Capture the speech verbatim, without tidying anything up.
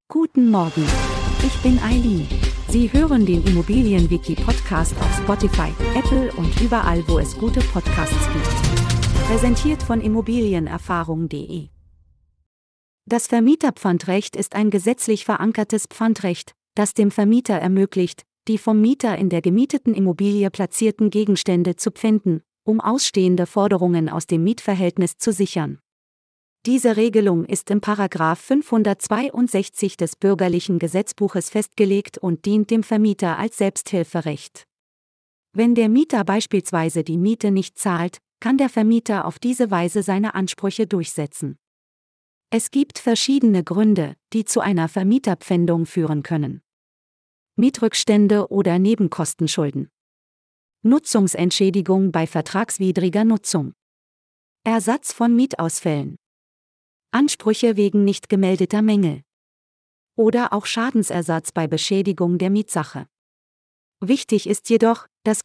Guten Morgen, ich bin Eileen. Sie hören den Immobilienwiki-Podcast auf Spotify, Apple und überall, wo es gute Podcasts gibt. Präsentiert von immobilienerfahrung punkt de. Das Vermieterpfandrecht ist ein gesetzlich verankertes Pfandrecht, das dem Vermieter ermöglicht, die vom Mieter in der gemieteten Immobilie platzierten Gegenstände zu pfänden, um ausstehende Forderungen aus dem Mietverhältnis zu sichern. Diese Regelung ist im Paragraph fünfhundertzweiundsechzig des Bürgerlichen Gesetzbuches festgelegt und dient dem Vermieter als Selbsthilferecht. Wenn der Mieter beispielsweise die Miete nicht zahlt, kann der Vermieter auf diese Weise seine Ansprüche durchsetzen. Es gibt verschiedene Gründe, die zu einer Vermieterpfändung führen können. Mietrückstände oder Nebenkostenschulden. Nutzungsentschädigung bei vertragswidriger Nutzung. Ersatz von Mietausfällen. Ansprüche wegen nicht gemeldeter Mängel. Oder auch Schadensersatz bei Beschädigung der Mietsache. Wichtig ist jedoch, dass